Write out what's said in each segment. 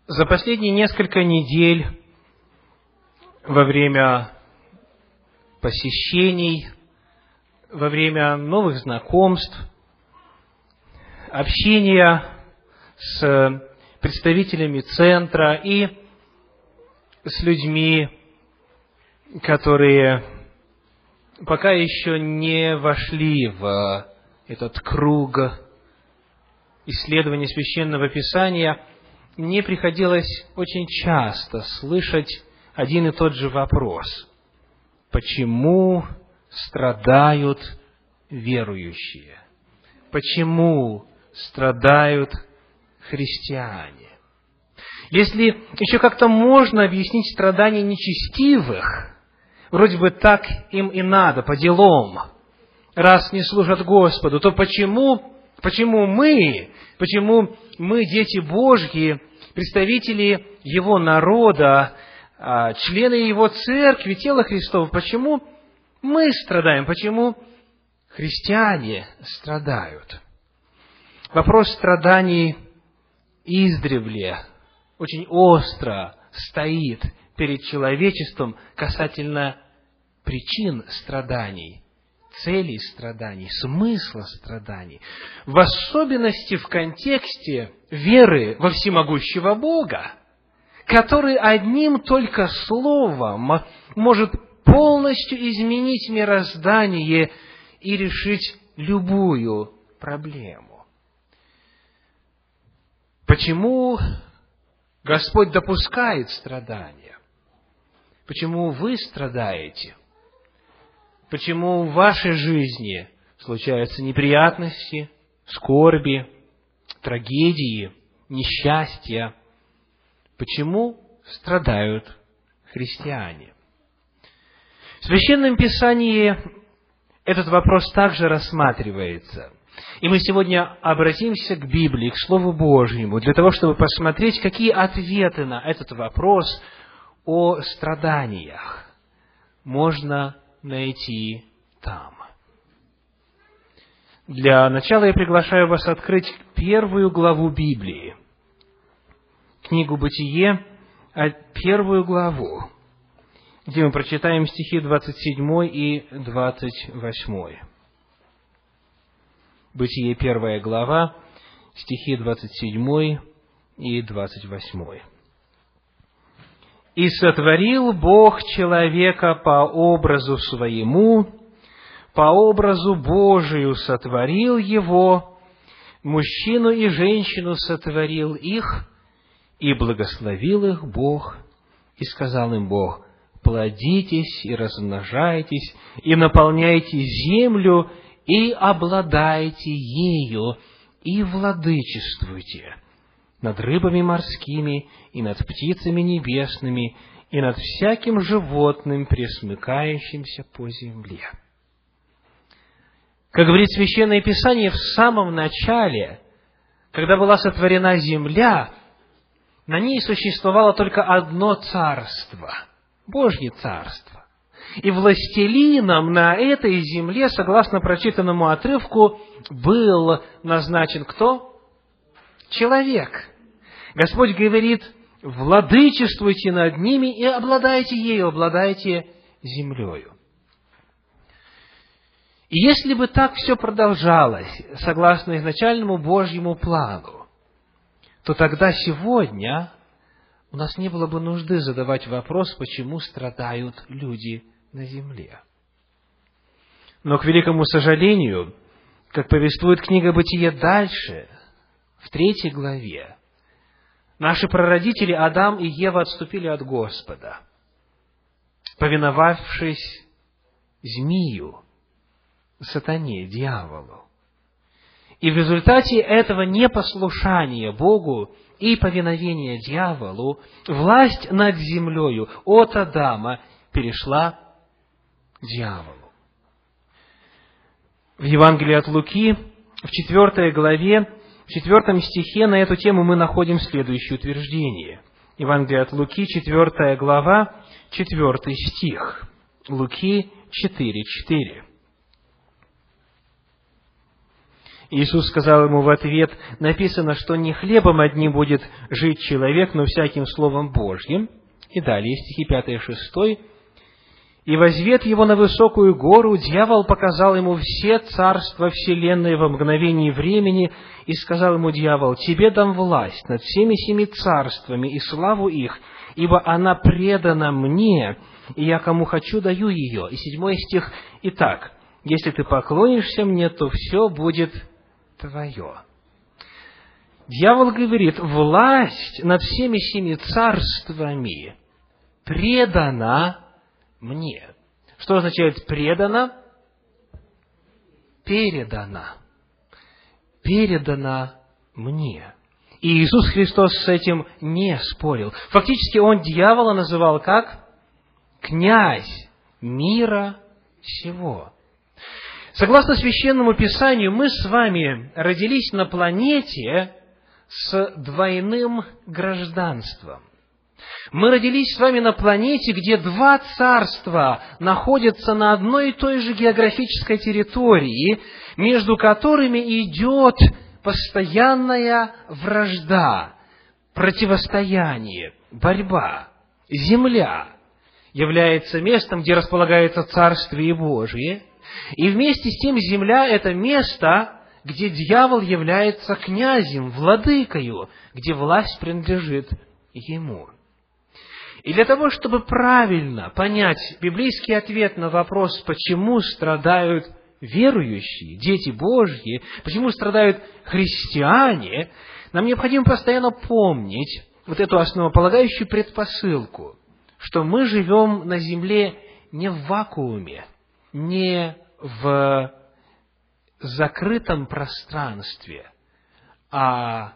За последние несколько недель во время посещений, во время новых знакомств, общения с представителями центра и с людьми, которые пока еще не вошли в этот круг исследования Священного Писания, мне приходилось очень часто слышать один и тот же вопрос: почему страдают верующие? Почему страдают христиане? Если еще как-то можно объяснить страдания нечестивых, вроде бы так им и надо, по делам, раз не служат Господу, то почему мы, дети Божьи, представители Его народа, члены Его церкви, тела Христова, почему мы страдаем, почему христиане страдают? Вопрос страданий издревле очень остро стоит перед человечеством касательно причин страданий, целей страданий, смысла страданий, в особенности в контексте веры во всемогущего Бога, который одним только словом может полностью изменить мироздание и решить любую проблему. Почему Господь допускает страдания? Почему вы страдаете? Почему в вашей жизни случаются неприятности, скорби, трагедии, несчастья? Почему страдают христиане? В Священном Писании этот вопрос также рассматривается. И мы сегодня обратимся к Библии, к Слову Божьему, для того, чтобы посмотреть, какие ответы на этот вопрос о страданиях можно найти там. Для начала я приглашаю вас открыть первую главу Библии, книгу «Бытие», первую главу, где мы прочитаем стихи 27 и 28. Бытие, 1 глава, стихи 27 и 28. «И сотворил Бог человека по образу своему, по образу Божию сотворил его, мужчину и женщину сотворил их, и благословил их Бог, и сказал им Бог: плодитесь и размножайтесь, и наполняйте землю, и обладайте ею, и владычествуйте над рыбами морскими, и над птицами небесными, и над всяким животным, пресмыкающимся по земле». Как говорит Священное Писание, в самом начале, когда была сотворена земля, на ней существовало только одно царство – Божье царство. И властелином на этой земле, согласно прочитанному отрывку, был назначен кто? Человек. Господь говорит: владычествуйте над ними и обладайте ею, обладайте землею. И если бы так все продолжалось, согласно изначальному Божьему плану, то тогда сегодня у нас не было бы нужды задавать вопрос, почему страдают люди на земле. Но, к великому сожалению, как повествует книга «Бытие» дальше, в 3 главе, наши прародители Адам и Ева отступили от Господа, повиновавшись змею, сатане, дьяволу. И в результате этого непослушания Богу и повиновения дьяволу власть над землею от Адама перешла дьяволу. В Евангелии от Луки, в 4 главе, в 4 стихе на эту тему мы находим следующее утверждение. Евангелие от Луки, 4 глава, 4 стих. Луки 4:4. Иисус сказал ему в ответ: написано, что не хлебом одним будет жить человек, но всяким словом Божьим. И далее, стихи 5 и 6. «И возвед его на высокую гору, дьявол показал ему все царства вселенной во мгновении времени, и сказал ему дьявол: тебе дам власть над всеми семи царствами и славу их, ибо она предана мне, и я кому хочу даю ее». И 7 стих: «Итак, если ты поклонишься мне, то все будет твое». Дьявол говорит: власть над всеми семи царствами предана мне. Что означает предана? Передана. Передана мне. И Иисус Христос с этим не спорил. Фактически Он дьявола называл как? Князь мира сего. Согласно Священному Писанию, мы с вами родились на планете с двойным гражданством. Мы родились с вами на планете, где два царства находятся на одной и той же географической территории, между которыми идет постоянная вражда, противостояние, борьба. Земля является местом, где располагается Царствие Божие, и вместе с тем земля – это место, где дьявол является князем, владыкою, где власть принадлежит ему. И для того, чтобы правильно понять библейский ответ на вопрос, почему страдают верующие, дети Божьи, почему страдают христиане, нам необходимо постоянно помнить вот эту основополагающую предпосылку, что мы живем на земле не в вакууме, не в закрытом пространстве, а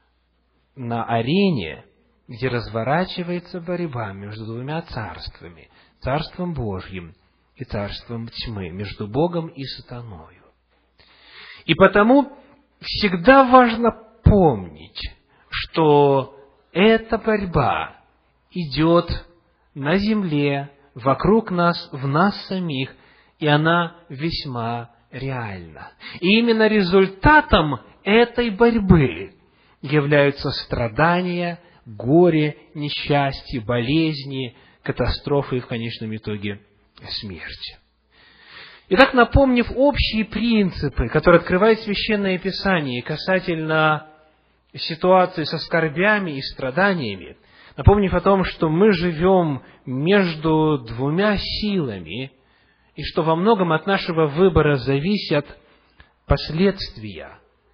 на арене, где разворачивается борьба между двумя царствами, Царством Божьим и царством тьмы, между Богом и сатаною. И потому всегда важно помнить, что эта борьба идет на земле, вокруг нас, в нас самих, и она весьма реальна. И именно результатом этой борьбы являются страдания, горе, несчастье, болезни, катастрофы и в конечном итоге смерть. Итак, напомнив общие принципы, которые открывает Священное Писание касательно ситуации со скорбями и страданиями, напомнив о том, что мы живем между двумя силами, и что во многом от нашего выбора зависят последствия,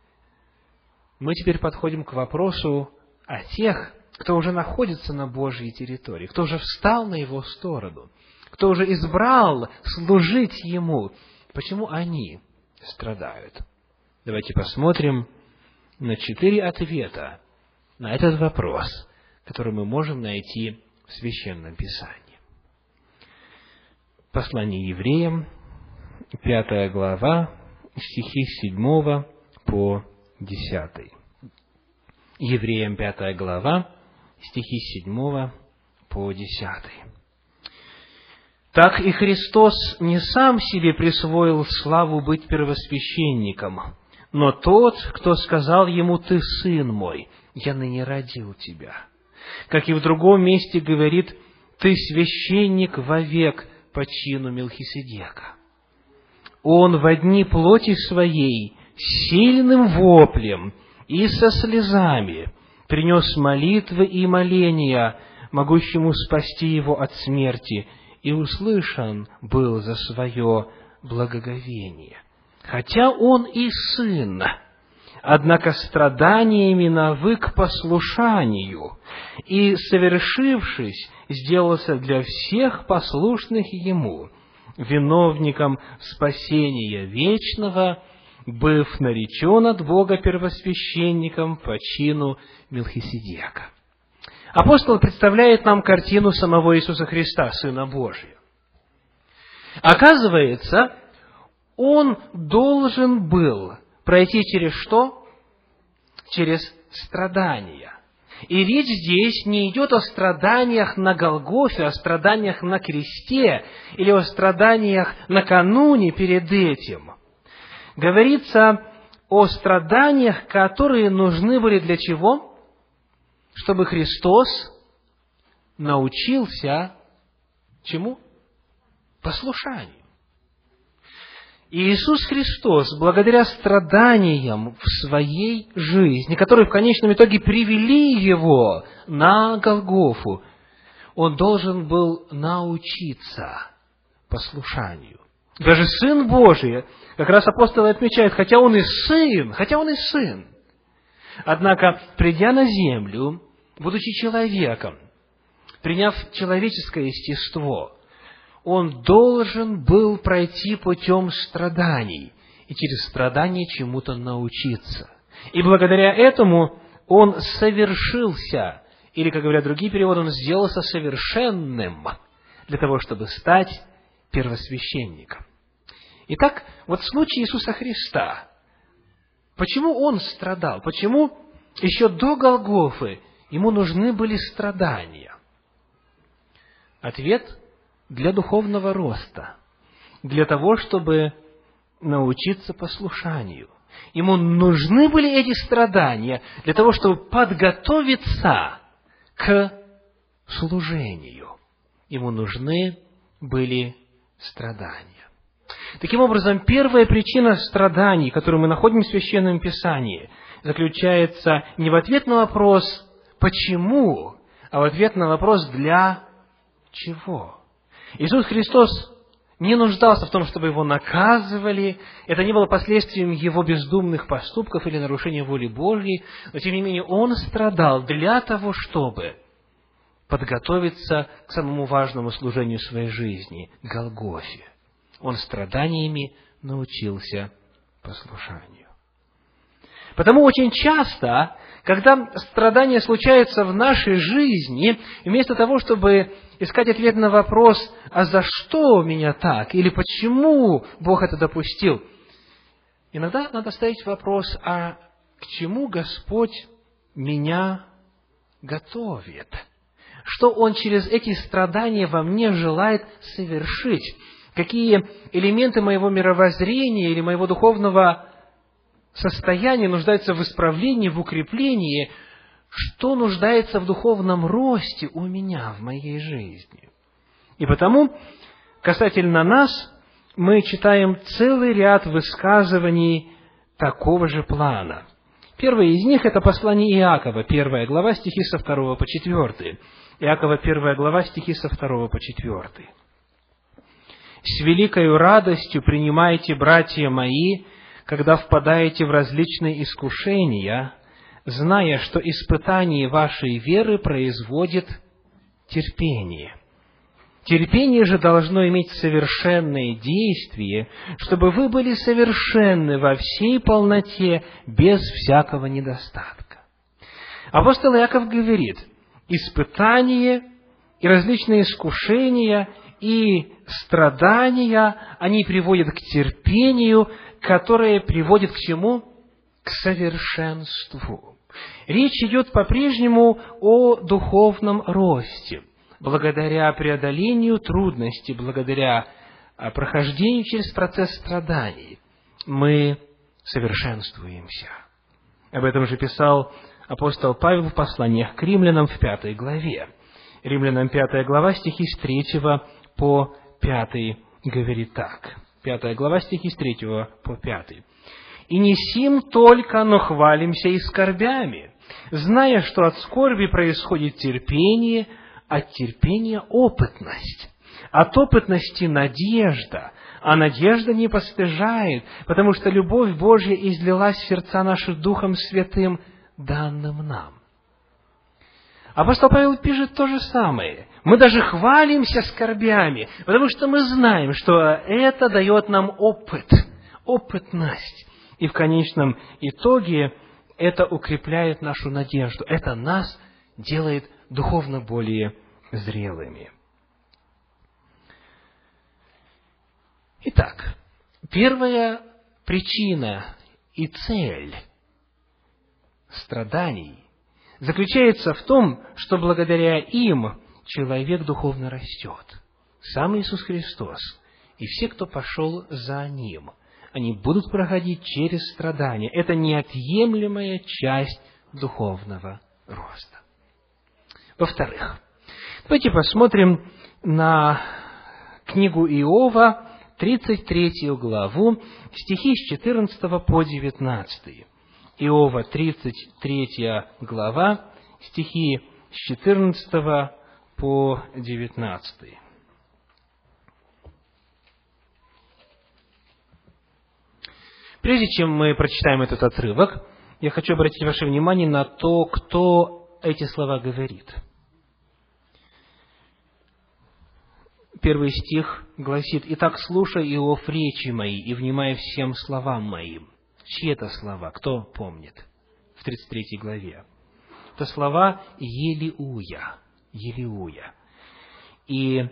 мы теперь подходим к вопросу о тех, кто уже находится на Божьей территории, кто уже встал на Его сторону, кто уже избрал служить Ему. Почему они страдают? Давайте посмотрим на 4 ответа на этот вопрос, который мы можем найти в Священном Писании. Послание Евреям, 5 глава, стихи с 7 по 10. Евреям 5 глава, стихи с 7 по 10. «Так и Христос не сам себе присвоил славу быть первосвященником, но тот, кто сказал ему: «Ты сын мой, я ныне родил тебя». Как и в другом месте говорит: «Ты священник вовек по чину Мелхиседека». Он во дни плоти своей сильным воплем и со слезами принес молитвы и моления, могущему спасти его от смерти, и услышан был за свое благоговение. Хотя он и сын, однако страданиями навык послушанию, и, совершившись, сделался для всех послушных ему виновником спасения вечного, быв наречен от Бога первосвященником по чину Мелхиседека». Апостол представляет нам картину самого Иисуса Христа, Сына Божия. Оказывается, Он должен был пройти через что? Через страдания. И речь здесь не идет о страданиях на Голгофе, о страданиях на кресте или о страданиях накануне перед этим. Говорится: о страданиях, которые нужны были для чего? Чтобы Христос научился чему? Послушанию. И Иисус Христос, благодаря страданиям в своей жизни, которые в конечном итоге привели Его на Голгофу, Он должен был научиться послушанию. Даже Сын Божий, как раз апостолы отмечают, хотя Он и Сын, однако, придя на землю, будучи человеком, приняв человеческое естество, Он должен был пройти путем страданий и через страдания чему-то научиться. И благодаря этому Он совершился, или, как говорят другие переводы, Он сделался совершенным для того, чтобы стать первосвященником. Итак, вот в случае Иисуса Христа, почему Он страдал? Почему еще до Голгофы Ему нужны были страдания? Ответ – для духовного роста, для того, чтобы научиться послушанию. Ему нужны были эти страдания для того, чтобы подготовиться к служению. Ему нужны были страдания. Таким образом, первая причина страданий, которую мы находим в Священном Писании, заключается не в ответ на вопрос «почему?», а в ответ на вопрос «для чего?». Иисус Христос не нуждался в том, чтобы Его наказывали. Это не было последствием Его бездумных поступков или нарушения воли Божьей. Но, тем не менее, Он страдал для того, чтобы подготовиться к самому важному служению своей жизни – Голгофе. Он страданиями научился послушанию. Потому очень часто, когда страдания случаются в нашей жизни, вместо того, чтобы искать ответ на вопрос, а за что меня так, или почему Бог это допустил, иногда надо ставить вопрос, а к чему Господь меня готовит? Что Он через эти страдания во мне желает совершить? Какие элементы моего мировоззрения или моего духовного состояние нуждается в исправлении, в укреплении, что нуждается в духовном росте у меня, в моей жизни. И потому, касательно нас, мы читаем целый ряд высказываний такого же плана. Первое из них – это послание Иакова, 1 глава, стихи со 2 по 4. Иакова, 1 глава, стихи со 2 по 4. «С великою радостью принимайте, братья мои, когда впадаете в различные искушения, зная, что испытание вашей веры производит терпение. Терпение же должно иметь совершенное действие, чтобы вы были совершенны во всей полноте, без всякого недостатка». Апостол Иаков говорит, испытания и различные искушения и страдания, они приводят к терпению, которое приводит к чему? К совершенству. Речь идет по-прежнему о духовном росте. Благодаря преодолению трудностей, благодаря прохождению через процесс страданий, мы совершенствуемся. Об этом же писал апостол Павел в посланиях к римлянам в 5 главе. Римлянам 5 глава, стихи с 3 по 5 говорит так. 5 глава, стихи с 3 по 5. «И не сим только, но хвалимся и скорбями, зная, что от скорби происходит терпение, от терпения опытность, от опытности надежда, а надежда не постыжает, потому что любовь Божья излилась в сердца наши Духом Святым, данным нам». Апостол Павел пишет то же самое. Мы даже хвалимся скорбями, потому что мы знаем, что это дает нам опыт, опытность. И в конечном итоге это укрепляет нашу надежду. Это нас делает духовно более зрелыми. Итак, первая причина и цель страданий заключается в том, что благодаря им человек духовно растет. Сам Иисус Христос и все, кто пошел за Ним, они будут проходить через страдания. Это неотъемлемая часть духовного роста. Во-вторых, давайте посмотрим на книгу Иова, 33 главу, стихи с 14 по 19. Иова, 33 глава, стихи с 14 по 19. Прежде чем мы прочитаем этот отрывок, я хочу обратить ваше внимание на то, кто эти слова говорит. Первый стих гласит: «Итак, слушай, Иов, речи мои, и внимай всем словам моим». Чьи это слова? Кто помнит? В 33 главе. Это слова Елиуя. И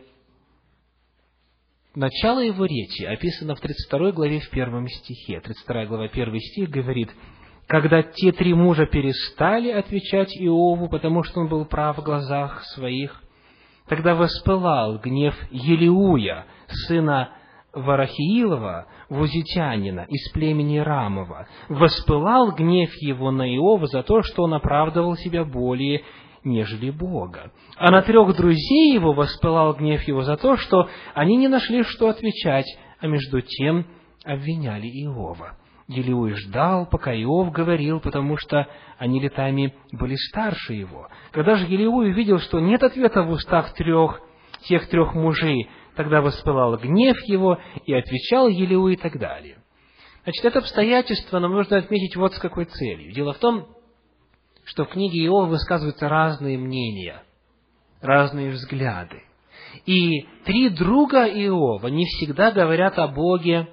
начало его речи описано в 32 главе в 1 стихе. 32 глава, 1 стих говорит: «Когда те три мужа перестали отвечать Иову, потому что он был прав в глазах своих, тогда воспылал гнев Елиуя, сына Варахиилова, вузитянина, из племени Рамова. Воспылал гнев его на Иова за то, что он оправдывал себя более, нежели Бога. А на трех друзей его воспылал гнев его за то, что они не нашли, что отвечать, а между тем обвиняли Иова. Елиуй ждал, пока Иов говорил, потому что они летами были старше его. Когда же Елиуй увидел, что нет ответа в устах тех трех мужей, тогда воспылал гнев его, и отвечал Елиуй и так далее». Значит, это обстоятельство нам нужно отметить вот с какой целью. Дело в том, что в книге Иова высказываются разные мнения, разные взгляды. И три друга Иова не всегда говорят о Боге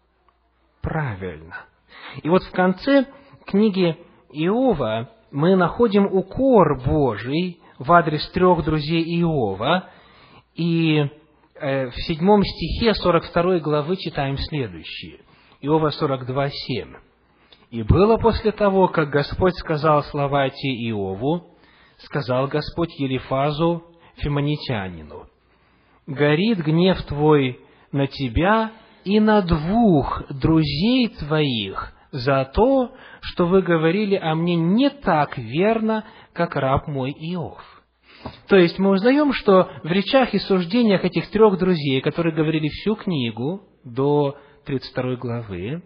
правильно. И вот в конце книги Иова мы находим укор Божий в адрес трех друзей Иова, и в 7 стихе 42 главы читаем следующее. Иова 42:7. «И было после того, как Господь сказал слова те Иову, сказал Господь Елифазу, фимонитянину: горит гнев твой на тебя и на двух друзей твоих за то, что вы говорили о мне не так верно, как раб мой Иов». То есть мы узнаем, что в речах и суждениях этих трех друзей, которые говорили всю книгу до 32 главы,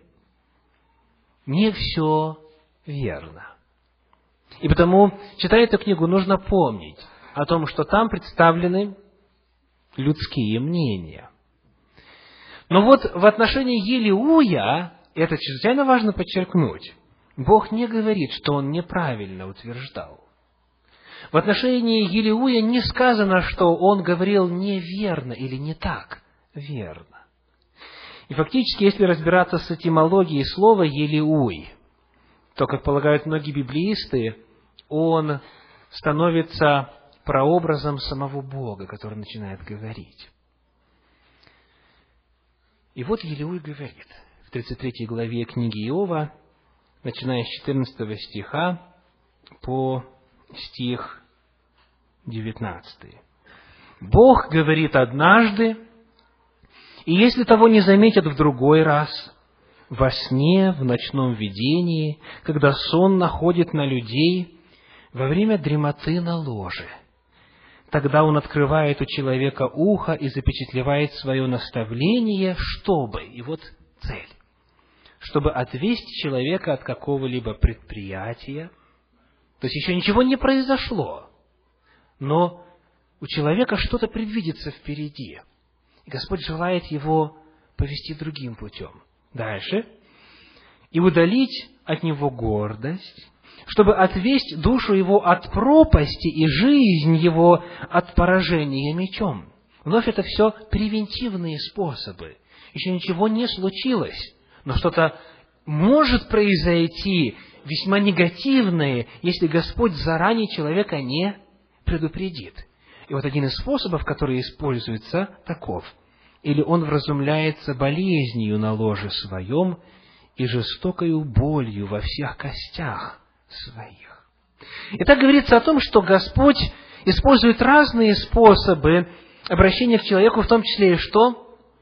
не все верно. И потому, читая эту книгу, нужно помнить о том, что там представлены людские мнения. Но вот в отношении Елиуя, это чрезвычайно важно подчеркнуть, Бог не говорит, что он неправильно утверждал. В отношении Елиуя не сказано, что он говорил неверно или не так верно. И фактически, если разбираться с этимологией слова «Елиуй», то, как полагают многие библеисты, он становится прообразом самого Бога, который начинает говорить. И вот Елиуй говорит в 33 главе книги Иова, начиная с 14 стиха по стих 19. «Бог говорит однажды, и если того не заметят в другой раз, во сне, в ночном видении, когда сон находит на людей, во время дремоты на ложе, тогда он открывает у человека ухо и запечатлевает свое наставление, чтобы, и вот цель, чтобы отвести человека от какого-либо предприятия. То есть еще ничего не произошло, но у человека что-то предвидится впереди. И Господь желает его повести другим путем. Дальше. И удалить от него гордость, чтобы отвесть душу его от пропасти и жизнь его от поражения мечом. Вновь это все превентивные способы. Еще ничего не случилось, но что-то может произойти весьма негативное, если Господь заранее человека не предупредит. И вот один из способов, который используется, таков: или он вразумляется болезнью на ложе своем и жестокою болью во всех костях своих. Итак, говорится о том, что Господь использует разные способы обращения к человеку, в том числе и что?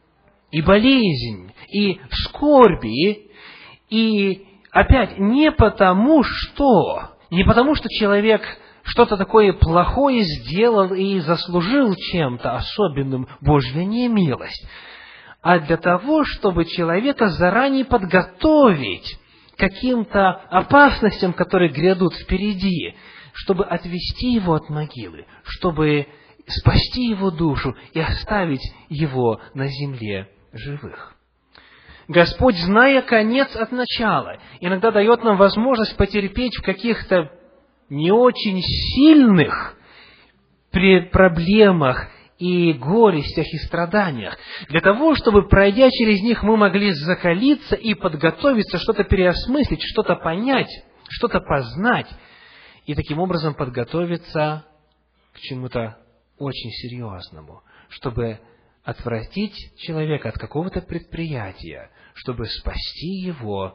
и болезнь, и скорби, и опять не потому, что человек что-то такое плохое сделал и заслужил чем-то особенным Божью немилость, а для того, чтобы человека заранее подготовить к каким-то опасностям, которые грядут впереди, чтобы отвести его от могилы, чтобы спасти его душу и оставить его на земле живых. Господь, зная конец от начала, иногда дает нам возможность потерпеть в каких-то не очень сильных проблемах и горестях и страданиях, для того, чтобы, пройдя через них, мы могли закалиться и подготовиться, что-то переосмыслить, что-то понять, что-то познать, и таким образом подготовиться к чему-то очень серьезному, чтобы отвратить человека от какого-то предприятия, чтобы спасти его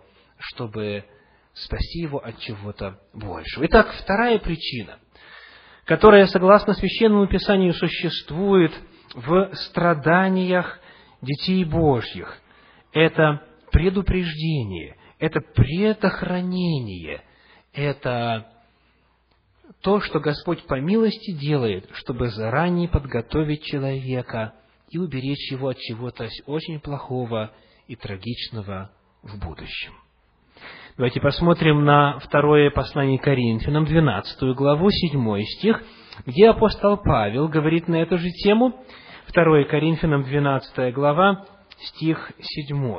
от чего-то большего. Итак, вторая причина, которая, согласно Священному Писанию, существует в страданиях детей Божьих, это предупреждение, это предохранение, это то, что Господь по милости делает, чтобы заранее подготовить человека и уберечь его от чего-то очень плохого и трагичного в будущем. Давайте посмотрим на второе послание Коринфянам, 12 главу, 7 стих, где апостол Павел говорит на эту же тему. 2 Коринфянам, 12 глава, стих 7.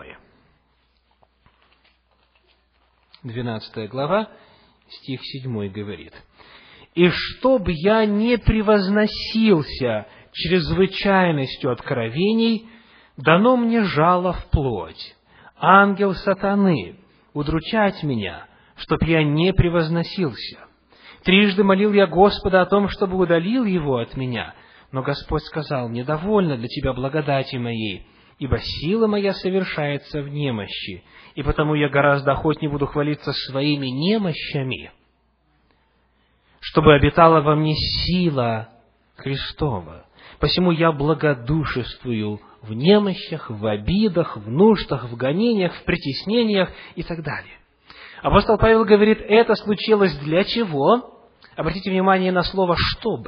12 глава, стих 7 говорит: «И чтоб я не превозносился чрезвычайностью откровений, дано мне жало в плоть, ангел сатаны, удручать меня, чтоб я не превозносился. Трижды молил я Господа о том, чтобы удалил его от меня, но Господь сказал: недовольно для тебя благодати моей, ибо сила моя совершается в немощи, и потому я гораздо охотнее буду хвалиться своими немощами, чтобы обитала во мне сила Христова. Посему я благодушествую в немощах, в обидах, в нуждах, в гонениях, в притеснениях и так далее». Апостол Павел говорит, это случилось для чего? Обратите внимание на слово «чтобы».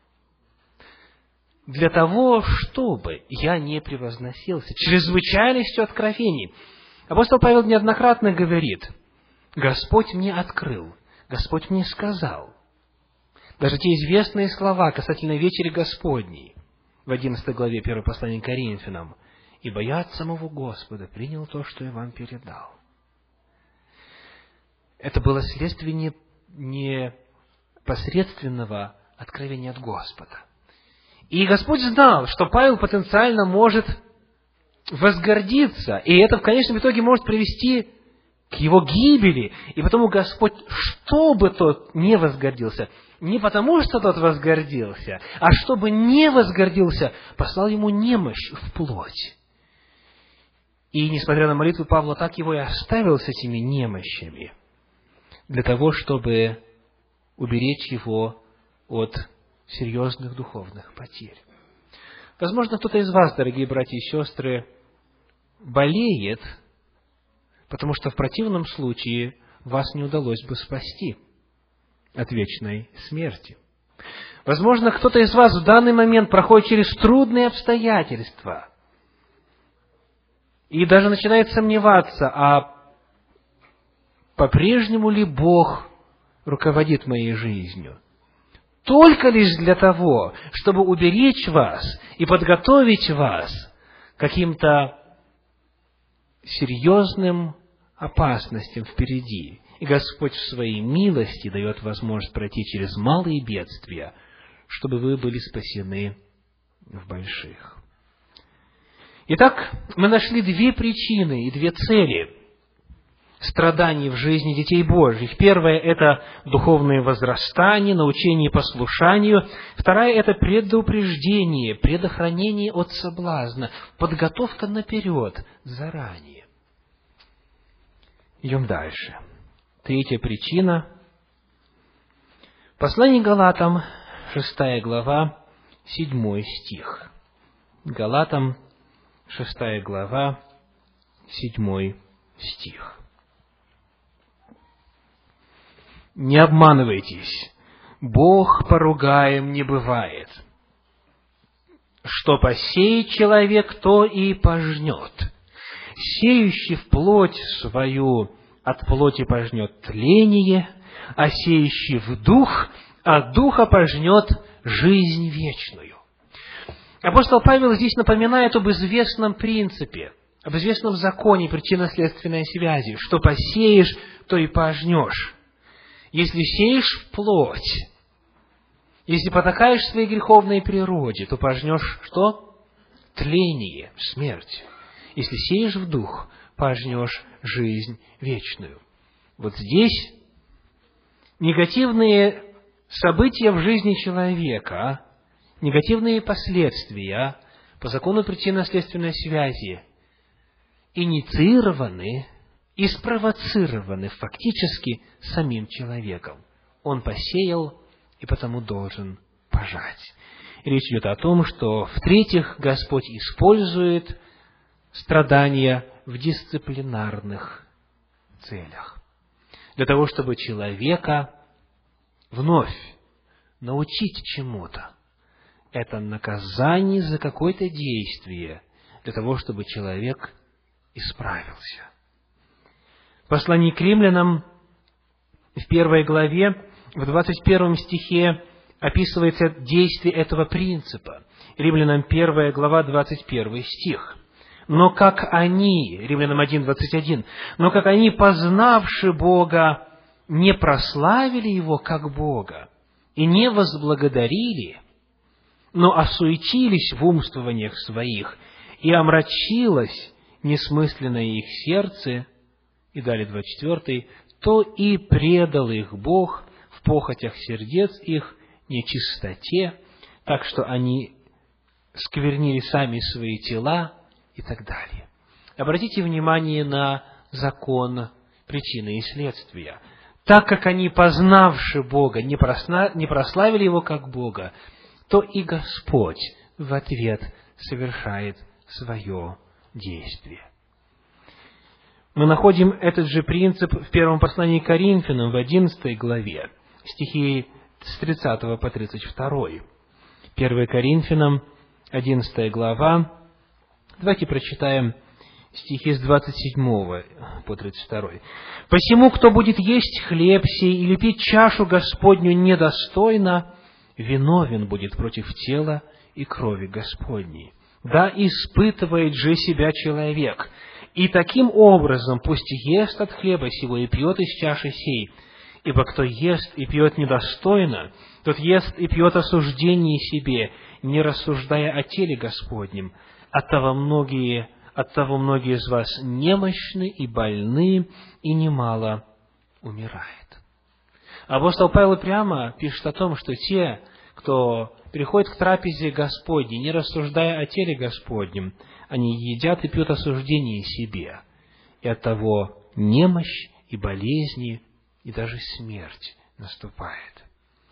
Для того, чтобы я не превозносился чрезвычайностью откровений. Апостол Павел неоднократно говорит: Господь мне открыл, Господь мне сказал. Даже те известные слова касательно вечери Господней в 11 главе 1 послания к Коринфянам: «Ибо я от самого Господа принял то, что я вам передал». Это было следствие непосредственного откровения от Господа. И Господь знал, что Павел потенциально может возгордиться, и это в конечном итоге может привести к его гибели. И потому Господь, чтобы тот не возгордился, не потому, что тот возгордился, а чтобы не возгордился, послал ему немощь в плоть. И, несмотря на молитву Павла, так его и оставил с этими немощами, для того, чтобы уберечь его от серьезных духовных потерь. Возможно, кто-то из вас, дорогие братья и сестры, болеет, потому что в противном случае вас не удалось бы спасти от вечной смерти. Возможно, кто-то из вас в данный момент проходит через трудные обстоятельства и даже начинает сомневаться, а по-прежнему ли Бог руководит моей жизнью? Только лишь для того, чтобы уберечь вас и подготовить вас к каким-то серьезным опасностям впереди. И Господь в своей милости дает возможность пройти через малые бедствия, чтобы вы были спасены в больших. Итак, мы нашли две причины и две цели страданий в жизни детей Божьих. Первое – это духовное возрастание, научение послушанию. Вторая – это предупреждение, предохранение от соблазна, подготовка наперед, заранее. Идем дальше. Третья причина. Послание Галатам, 6 глава, 7 стих. Галатам, 6 глава, 7 стих. «Не обманывайтесь, Бог поругаем не бывает. Что посеет человек, то и пожнет. Сеющий в плоть свою от плоти пожнет тление, а сеющий в дух от духа пожнет жизнь вечную». Апостол Павел здесь напоминает об известном принципе, об известном законе причинно-следственной связи. Что посеешь, то и пожнешь. Если сеешь в плоть, если потакаешь своей греховной природе, то пожнешь что? Тление, смерть. Если сеешь в дух, пожнешь жизнь вечную. Вот здесь негативные события в жизни человека, негативные последствия по закону причинно-следственной связи инициированы и спровоцированы фактически самим человеком. Он посеял и потому должен пожать. Речь идет о том, что, в-третьих, Господь использует страдания в дисциплинарных целях. Для того, чтобы человека вновь научить чему-то. Это наказание за какое-то действие, для того, чтобы человек исправился. В послании к римлянам, в 1 главе, в 21 стихе описывается действие этого принципа. Римлянам 1 глава, 21 стих. «Но как они», Римлянам 1:21, «но как они, познавши Бога, не прославили Его как Бога и не возблагодарили, но осуетились в умствованиях своих, и омрачилось несмысленное их сердце», и далее 24, «то и предал их Бог в похотях сердец их нечистоте, так что они сквернили сами свои тела», и так далее. Обратите внимание на закон причины и следствия. Так как они, познавши Бога, не прославили Его как Бога, то и Господь в ответ совершает свое действие. Мы находим этот же принцип в первом послании к Коринфянам, в 11 главе, стихи с 30 по 32. 1 Коринфянам, 11 глава. Давайте прочитаем стихи с 27 по 32. «Посему, кто будет есть хлеб сей или пить чашу Господню недостойно, виновен будет против тела и крови Господней. Да испытывает же себя человек, и таким образом пусть ест от хлеба сего и пьет из чаши сей. Ибо кто ест и пьет недостойно, тот ест и пьет осуждение себе, не рассуждая о теле Господнем. Оттого многие из вас немощны и больны, и немало умирает». Апостол Павел прямо пишет о том, что те, кто приходит к трапезе Господней, не рассуждая о теле Господнем, они едят и пьют осуждение себе, и оттого немощь и болезни, и даже смерть наступает.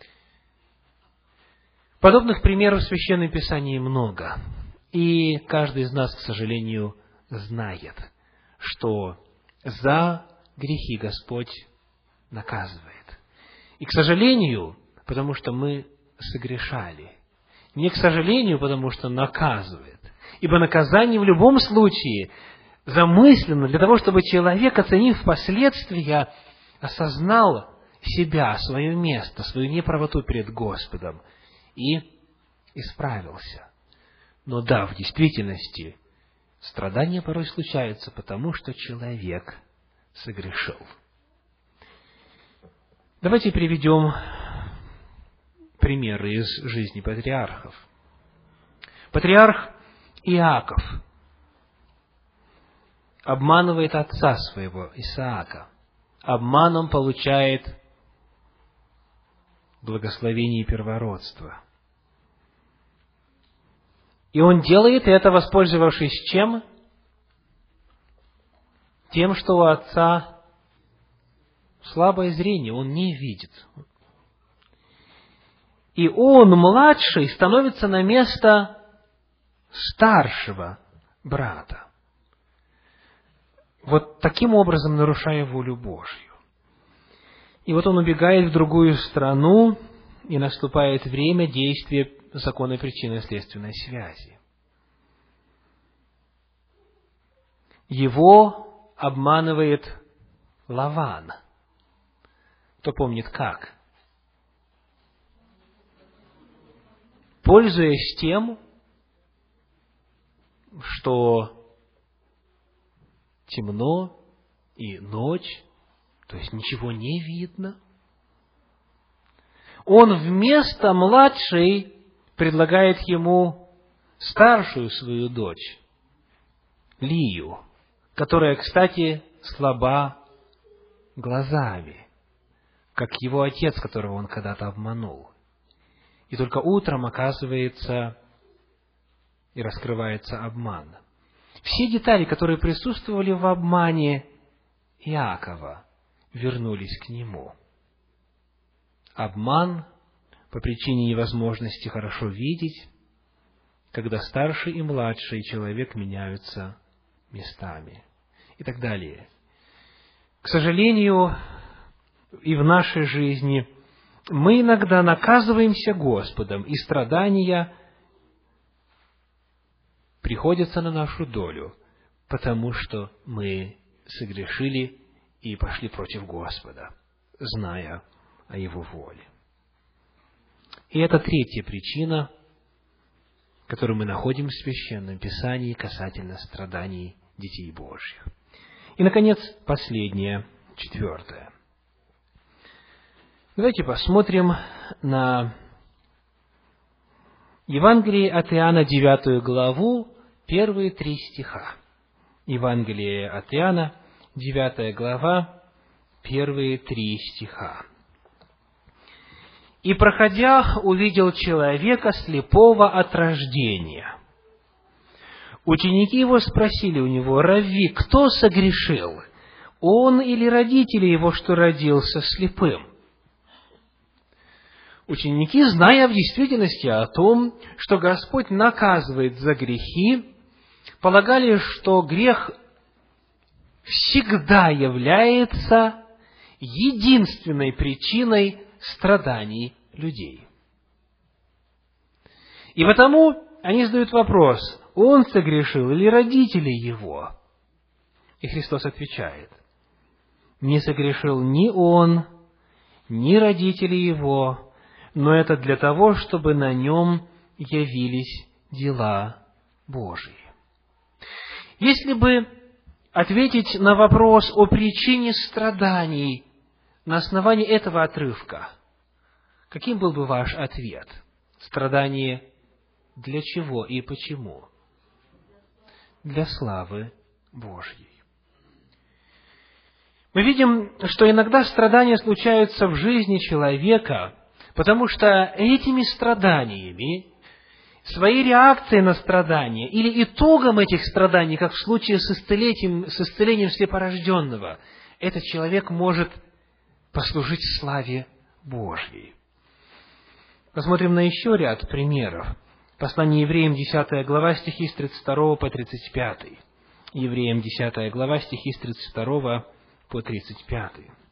Подобных примеров в Священном Писании много. И каждый из нас, к сожалению, знает, что за грехи Господь наказывает. И, к сожалению, потому что мы согрешали. Не к сожалению, потому что наказывает. Ибо наказание в любом случае замыслено для того, чтобы человек, оценив последствия, осознал себя, свое место, свою неправоту перед Господом и исправился. Но да, в действительности, страдания порой случаются, потому что человек согрешил. Давайте приведем примеры из жизни патриархов. Патриарх Иаков обманывает отца своего, Исаака. Обманом получает благословение первородства. И он делает это, воспользовавшись чем? Тем, что у отца слабое зрение, он не видит. И он, младший, становится на место старшего брата. Вот таким образом нарушая волю Божью. И вот он убегает в другую страну, и наступает время действия закона причинно-следственной связи. Его обманывает Лаван. Кто помнит как? Пользуясь тем, что темно и ночь, то есть ничего не видно, он вместо младшей предлагает ему старшую свою дочь, Лию, которая, кстати, слаба глазами, как его отец, которого он когда-то обманул. И только утром оказывается и раскрывается обман. Все детали, которые присутствовали в обмане Иакова, вернулись к нему. Обман по причине невозможности хорошо видеть, когда старший и младший человек меняются местами и так далее. К сожалению, и в нашей жизни мы иногда наказываемся Господом, и страдания приходятся на нашу долю, потому что мы согрешили и пошли против Господа, зная о Его воле. И это третья причина, которую мы находим в Священном Писании касательно страданий детей Божьих. И, наконец, последняя, четвертая. Давайте посмотрим на Евангелие от Иоанна, 9 главу, первые 3 стиха. Евангелие от Иоанна, 9 глава, первые 3 стиха. «И, проходя, увидел человека, слепого от рождения. Ученики его спросили у него: Равви, кто согрешил, он или родители его, что родился слепым?» Ученики, зная в действительности о том, что Господь наказывает за грехи, полагали, что грех всегда является единственной причиной страданий людей. И потому они задают вопрос: он согрешил или родители его? И Христос отвечает: не согрешил ни он, ни родители его, но это для того, чтобы на нем явились дела Божии. Если бы ответить на вопрос о причине страданий на основании этого отрывка, каким был бы ваш ответ? Страдание для чего и почему? Для славы Божьей. Мы видим, что иногда страдания случаются в жизни человека, потому что этими страданиями, своей реакцией на страдания или итогом этих страданий, как в случае с исцелением слепорожденного, этот человек может послужить славе Божьей. Посмотрим на еще ряд примеров. Послание Евреям, 10 глава, стихи с 32 по 35. Евреям, 10 глава, стихи с 32 по 35.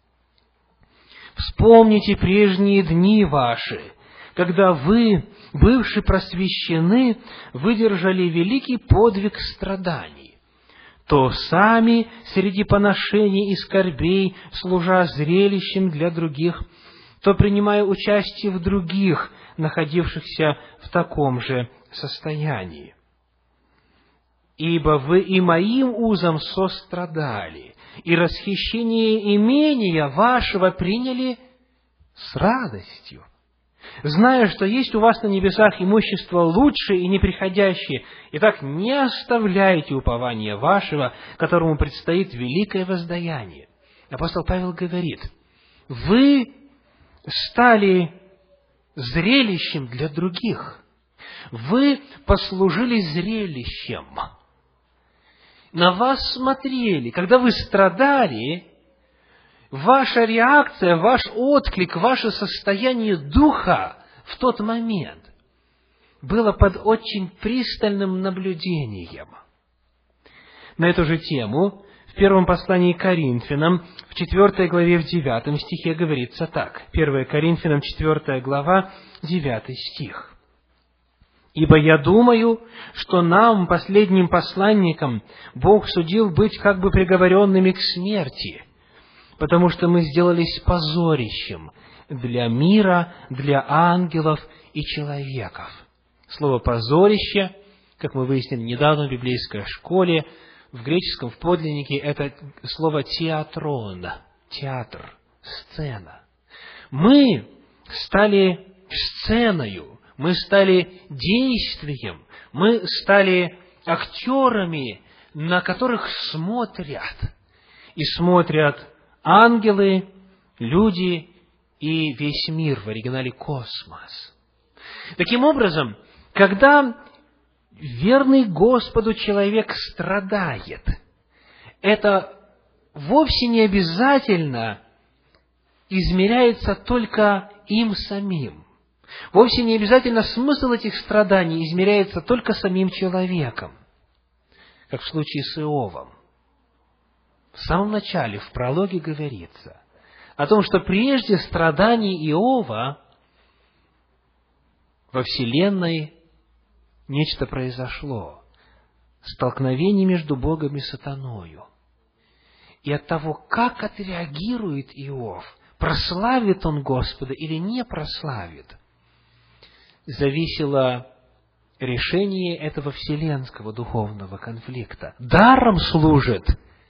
«Вспомните прежние дни ваши, когда вы, бывши просвещены, выдержали великий подвиг страданий, то сами среди поношений и скорбей, служа зрелищем для других, то принимая участие в других, находившихся в таком же состоянии. Ибо вы и моим узом сострадали, и расхищение имения вашего приняли с радостью, зная, что есть у вас на небесах имущество лучшее и неприходящее. Итак, не оставляйте упования вашего, которому предстоит великое воздаяние». Апостол Павел говорит: вы стали зрелищем для других. Вы послужили зрелищем. На вас смотрели. Когда вы страдали, ваша реакция, ваш отклик, ваше состояние духа в тот момент было под очень пристальным наблюдением. на эту же тему в первом послании к Коринфянам, в 4 главе, в 9 стихе говорится так. 1 Коринфянам, 4 глава, 9 стих. «Ибо я думаю, что нам, последним посланникам, Бог судил быть как бы приговоренными к смерти, потому что мы сделались позорищем для мира, для ангелов и человеков». Слово «позорище», как мы выяснили недавно в библейской школе, в греческом, в подлиннике, это слово «театрон», театр, сцена. Мы стали сценою, мы стали действием, мы стали актерами, на которых смотрят. И смотрят ангелы, люди и весь мир, в оригинале космос. Таким образом, когда верный Господу человек страдает, это вовсе не обязательно измеряется только им самим. Вовсе не обязательно смысл этих страданий измеряется только самим человеком, как в случае с Иовом. В самом начале, в прологе говорится о том, что прежде страданий Иова во вселенной нечто произошло. Столкновение между Богом и сатаною. И от того, как отреагирует Иов, прославит он Господа или не прославит, зависело решение этого вселенского духовного конфликта. Даром служит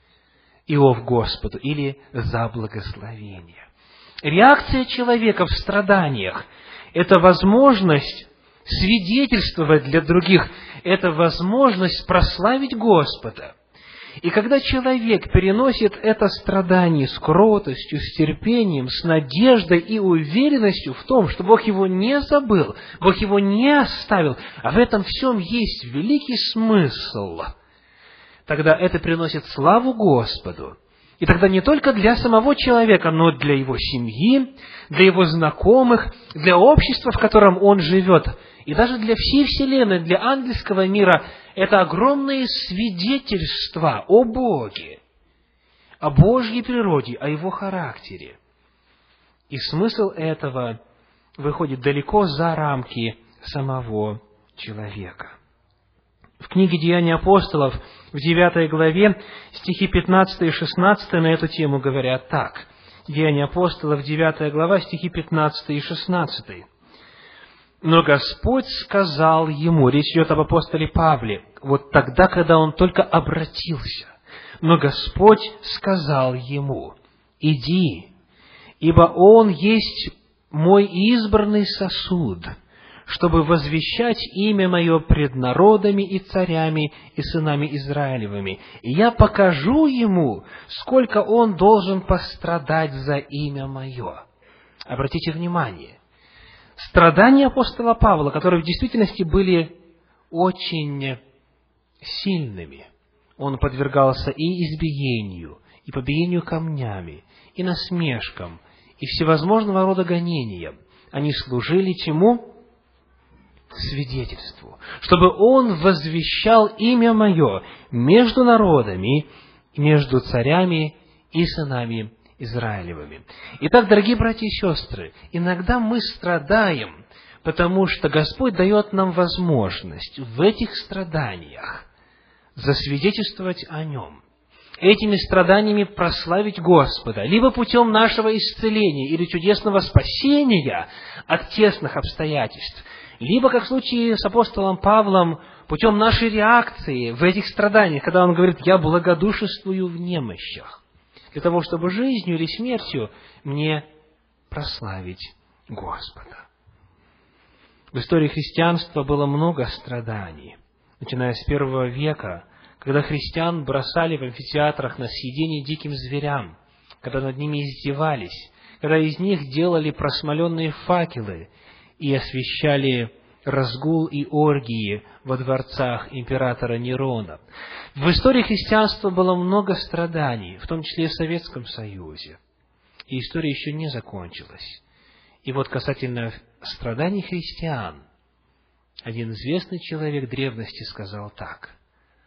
Иов Господу или за благословение. Реакция человека в страданиях – это возможность свидетельствовать для других, это возможность прославить Господа. И когда человек переносит это страдание с кротостью, с терпением, с надеждой и уверенностью в том, что Бог его не забыл, Бог его не оставил, а в этом всем есть великий смысл, тогда это приносит славу Господу. И тогда не только для самого человека, но для его семьи, для его знакомых, для общества, в котором он живет, и даже для всей вселенной, для ангельского мира, это огромное свидетельство о Боге, о Божьей природе, о Его характере. И смысл этого выходит далеко за рамки самого человека. В книге «Деяния апостолов» в 9 главе стихи 15 и 16 на эту тему говорят так. Деяния апостолов, 9 глава, стихи 15 и 16. «Но Господь сказал ему», речь идет об апостоле Павле, вот тогда, когда он только обратился, «но Господь сказал ему: иди, ибо он есть мой избранный сосуд, чтобы возвещать имя мое пред народами и царями и сынами Израилевыми. И я покажу ему, сколько он должен пострадать за имя мое». Обратите внимание, страдания апостола Павла, которые в действительности были очень сильными. Он подвергался и избиению, и побиению камнями, и насмешкам, и всевозможного рода гонениям. Они служили чему? Свидетельству. Чтобы он возвещал имя мое между народами, между царями и сынами Израилевыми. Итак, дорогие братья и сестры, иногда мы страдаем, потому что Господь дает нам возможность в этих страданиях засвидетельствовать о Нем, этими страданиями прославить Господа, либо путем нашего исцеления или чудесного спасения от тесных обстоятельств, либо, как в случае с апостолом Павлом, путем нашей реакции в этих страданиях, когда он говорит: «Я благодушествую в немощах», для того, чтобы жизнью или смертью мне прославить Господа. В истории христианства было много страданий, начиная с первого века, когда христиан бросали в амфитеатрах на съедение диким зверям, когда над ними издевались, когда из них делали просмоленные факелы и освещали разгул и оргии во дворцах императора Нерона. В истории христианства было много страданий, в том числе и в Советском Союзе. И история еще не закончилась. И вот касательно страданий христиан, один известный человек древности сказал так: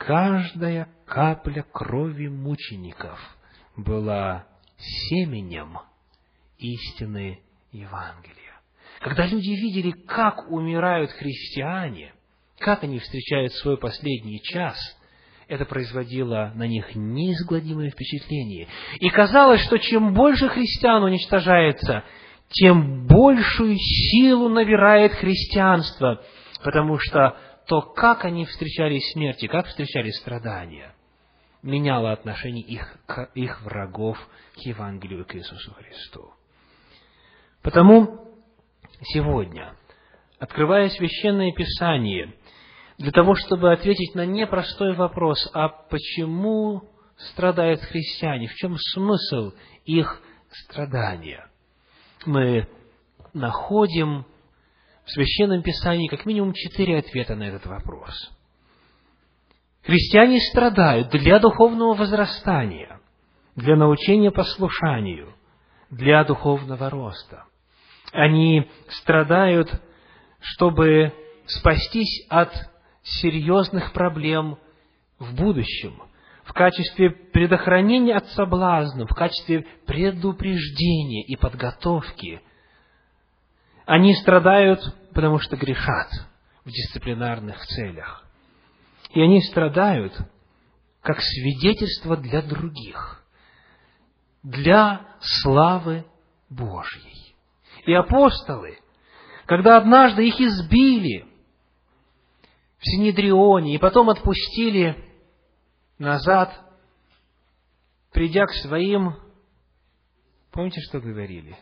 каждая капля крови мучеников была семенем истины Евангелия. Когда люди видели, как умирают христиане, как они встречают свой последний час, это производило на них неизгладимое впечатление. И казалось, что чем больше христиан уничтожается, тем большую силу набирает христианство, потому что то, как они встречали смерть и как встречали страдания, меняло отношение их врагов к Евангелию и к Иисусу Христу. Потому сегодня, открывая Священное Писание, для того, чтобы ответить на непростой вопрос, а почему страдают христиане, в чем смысл их страдания, мы находим в Священном Писании как минимум 4 ответа на этот вопрос. Христиане страдают для духовного возрастания, для научения послушанию, для духовного роста. Они страдают, чтобы спастись от серьезных проблем в будущем, в качестве предохранения от соблазнов, в качестве предупреждения и подготовки. Они страдают, потому что грешат в дисциплинарных целях. И они страдают как свидетельство для других, для славы Божьей. И апостолы, когда однажды их избили в Синедрионе и потом отпустили назад, придя к своим, помните, что говорили?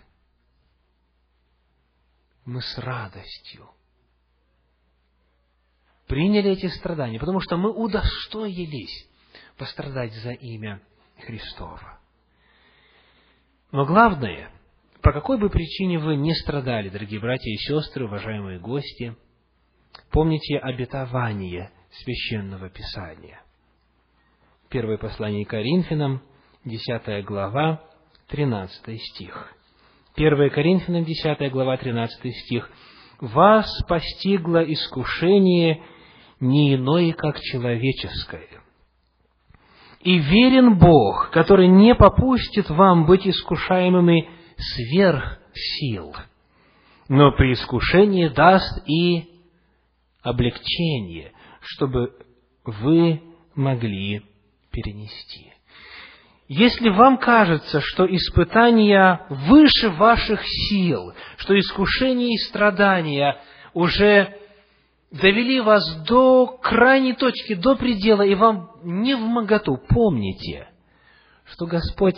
Мы с радостью приняли эти страдания, потому что мы удостоились пострадать за имя Христово. Но главное, по какой бы причине вы не страдали, дорогие братья и сестры, уважаемые гости, помните обетование Священного Писания. Первое послание Коринфянам, 10 глава, 13 стих. 1 Коринфянам, 10 глава, 13 стих. «Вас постигло искушение не иное, как человеческое. И верен Бог, который не попустит вам быть искушаемыми сверх сил, но при искушении даст и облегчение, чтобы вы могли перенести». Если вам кажется, что испытания выше ваших сил, что искушения и страдания уже довели вас до крайней точки, до предела, и вам невмоготу, помните, что Господь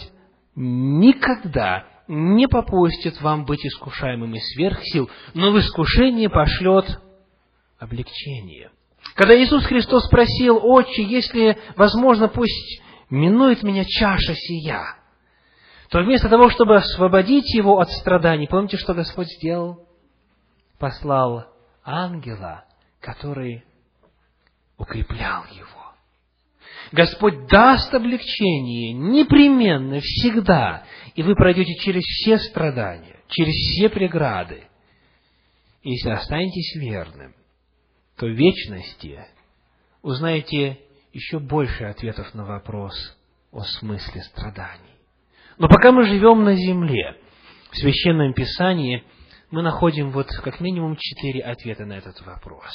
никогда не попустит вам быть искушаемыми сверх сил, но в искушение пошлет облегчение. Когда Иисус Христос спросил: «Отче, если возможно, пусть минует меня чаша сия», то вместо того, чтобы освободить его от страданий, помните, что Господь сделал? Послал ангела, который укреплял его. Господь даст облегчение непременно, всегда, и вы пройдете через все страдания, через все преграды. И если останетесь верным, то в вечности узнаете еще больше ответов на вопрос о смысле страданий. Но пока мы живем на земле, в Священном Писании мы находим вот как минимум 4 ответа на этот вопрос.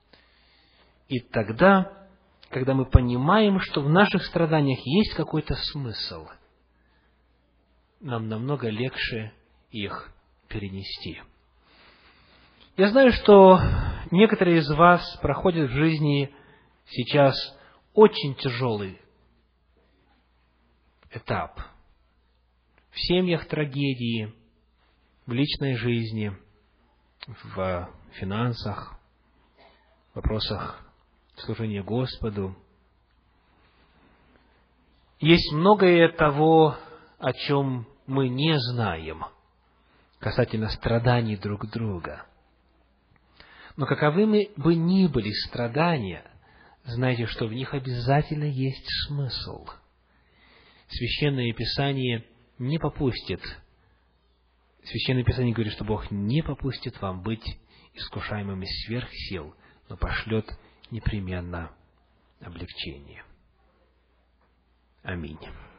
И тогда, когда мы понимаем, что в наших страданиях есть какой-то смысл, нам намного легче их перенести. Я знаю, что некоторые из вас проходят в жизни сейчас очень тяжелый этап. В семьях трагедии, в личной жизни, в финансах, в вопросах служения Господу. Есть многое того, о чем мы не знаем касательно страданий друг друга. Но каковыми бы ни были страдания, знайте, что в них обязательно есть смысл. Священное Писание не попустит. Священное Писание говорит, что Бог не попустит вам быть искушаемыми сверх сил, но пошлет непременно облегчение. Аминь.